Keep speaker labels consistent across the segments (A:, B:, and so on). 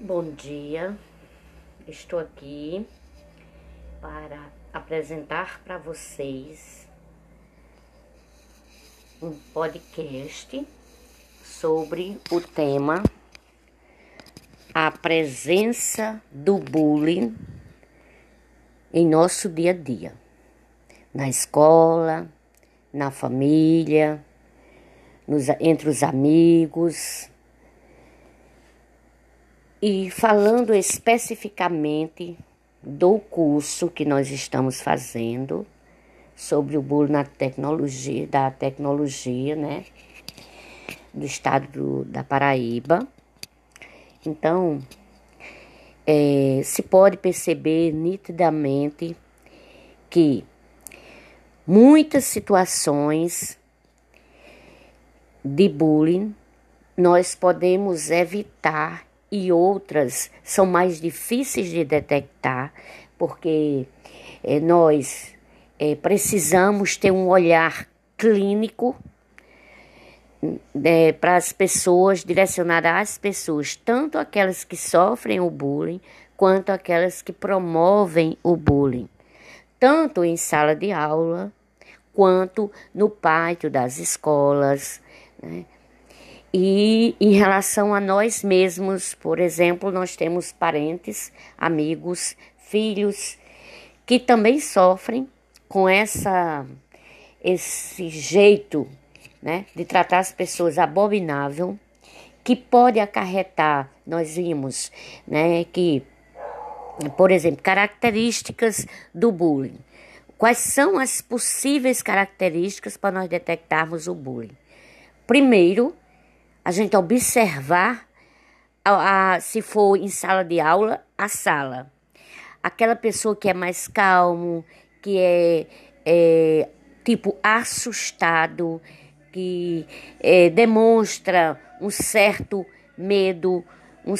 A: Bom dia, estou aqui para apresentar para vocês um podcast sobre o tema a presença do bullying em nosso dia a dia, na escola, na família, entre os amigos. E falando especificamente do curso que nós estamos fazendo sobre o bullying da tecnologia, né, do estado da Paraíba. Então, se pode perceber nitidamente que muitas situações de bullying nós podemos evitar e outras são mais difíceis de detectar, porque nós precisamos ter um olhar clínico para as pessoas, direcionado às pessoas, tanto aquelas que sofrem o bullying, quanto aquelas que promovem o bullying, tanto em sala de aula, quanto no pátio das escolas, né? E em relação a nós mesmos, por exemplo, nós temos parentes, amigos, filhos, que também sofrem com esse jeito, né, de tratar as pessoas abominável, que pode acarretar, nós vimos, né, que, por exemplo, características do bullying. Quais são as possíveis características para nós detectarmos o bullying? Primeiro, a gente observar, se for em sala de aula, a sala. Aquela pessoa que é mais calmo, que é tipo assustado, que demonstra um certo medo, um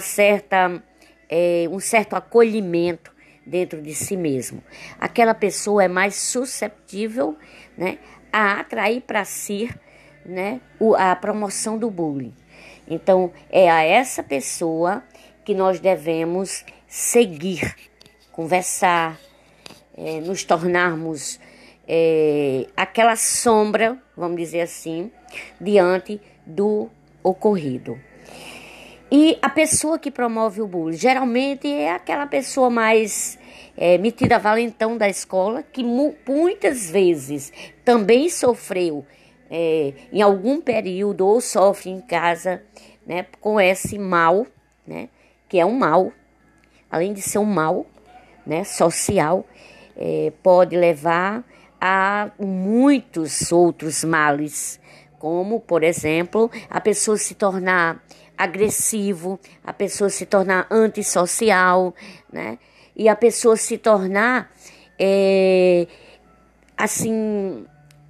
A: certo acolhimento dentro de si mesmo. Aquela pessoa é mais susceptível, né, a atrair para si, né, a promoção do bullying. Então, é a essa pessoa que nós devemos seguir, conversar, nos tornarmos aquela sombra, vamos dizer assim, diante do ocorrido. E a pessoa que promove o bullying, geralmente é aquela pessoa mais metida valentão da escola, que muitas vezes também sofreu em algum período ou sofre em casa, né, com esse mal, né, que é um mal, além de ser um mal, né, social, pode levar a muitos outros males, como, por exemplo, a pessoa se tornar agressivo, a pessoa se tornar antissocial, né, e a pessoa se tornar, assim,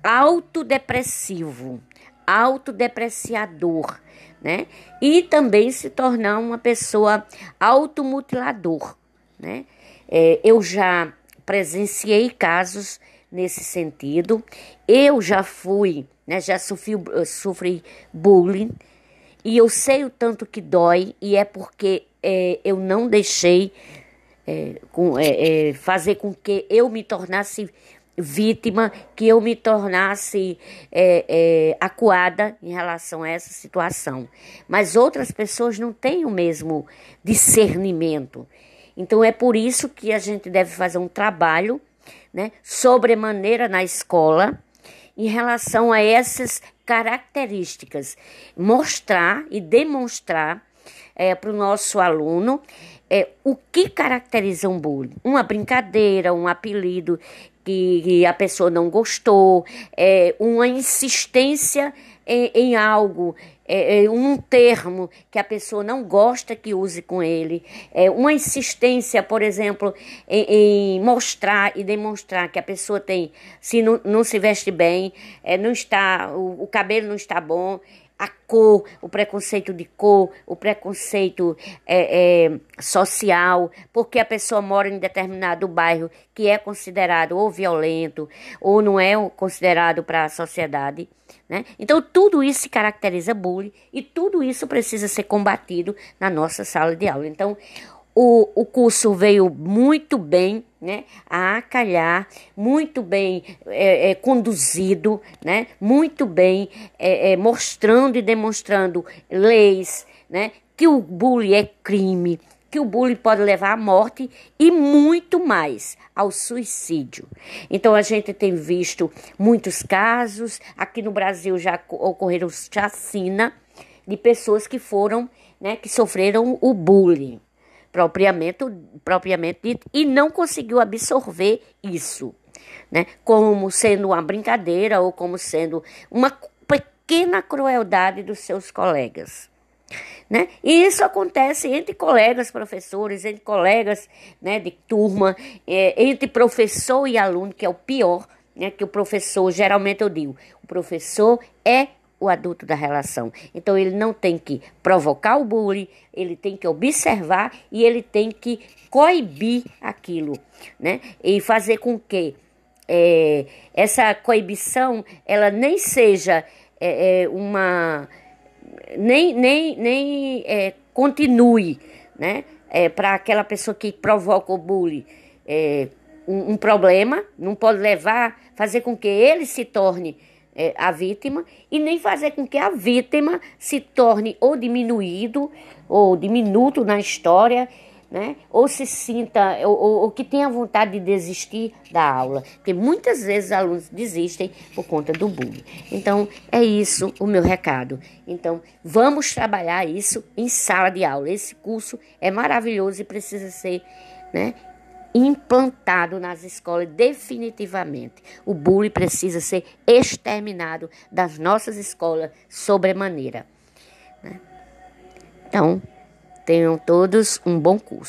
A: autodepreciador, né? E também se tornar uma pessoa automutilador, né? Eu já presenciei casos nesse sentido. Eu já fui, né? Já sofri bullying e eu sei o tanto que dói, e é porque eu não deixei fazer com que eu me tornasse vítima, que eu me tornasse acuada em relação a essa situação. Mas outras pessoas não têm o mesmo discernimento. Então é por isso que a gente deve fazer um trabalho, né, sobremaneira na escola, em relação a essas características. Mostrar e demonstrar para o nosso aluno o que caracteriza um bullying. Uma brincadeira, um apelido que a pessoa não gostou, uma insistência em algo, um termo que a pessoa não gosta que use com ele, uma insistência, por exemplo, em mostrar e demonstrar que a pessoa tem, se não se veste bem, não está, o cabelo não está bom, a cor, o preconceito de cor, o preconceito social, porque a pessoa mora em determinado bairro que é considerado ou violento ou não é considerado para a sociedade, né? Então, tudo isso se caracteriza bullying e tudo isso precisa ser combatido na nossa sala de aula. Então, o curso veio muito bem, né, a calhar, muito bem conduzido, né, muito bem mostrando e demonstrando leis, né, que o bullying é crime, que o bullying pode levar à morte e muito mais, ao suicídio. Então, a gente tem visto muitos casos, aqui no Brasil já ocorreram chacina de pessoas que foram, né, que sofreram o bullying propriamente dito, e não conseguiu absorver isso, né, como sendo uma brincadeira ou como sendo uma pequena crueldade dos seus colegas. Né? E isso acontece entre colegas professores, entre colegas, né, de turma, entre professor e aluno, que é o pior, né, que o professor, geralmente eu digo, o professor é o adulto da relação. Então, ele não tem que provocar o bullying, ele tem que observar e ele tem que coibir aquilo, né? E fazer com que essa coibição, ela nem seja nem continue, né? Para aquela pessoa que provoca o bullying um problema, não pode fazer com que ele se torne a vítima e nem fazer com que a vítima se torne ou diminuído ou diminuto na história, né? Ou se sinta, ou que tenha vontade de desistir da aula, porque muitas vezes os alunos desistem por conta do bullying. Então, é isso o meu recado. Então, vamos trabalhar isso em sala de aula. Esse curso é maravilhoso e precisa ser, né, implantado nas escolas definitivamente. O bullying precisa ser exterminado das nossas escolas sobremaneira, né? Então, tenham todos um bom curso.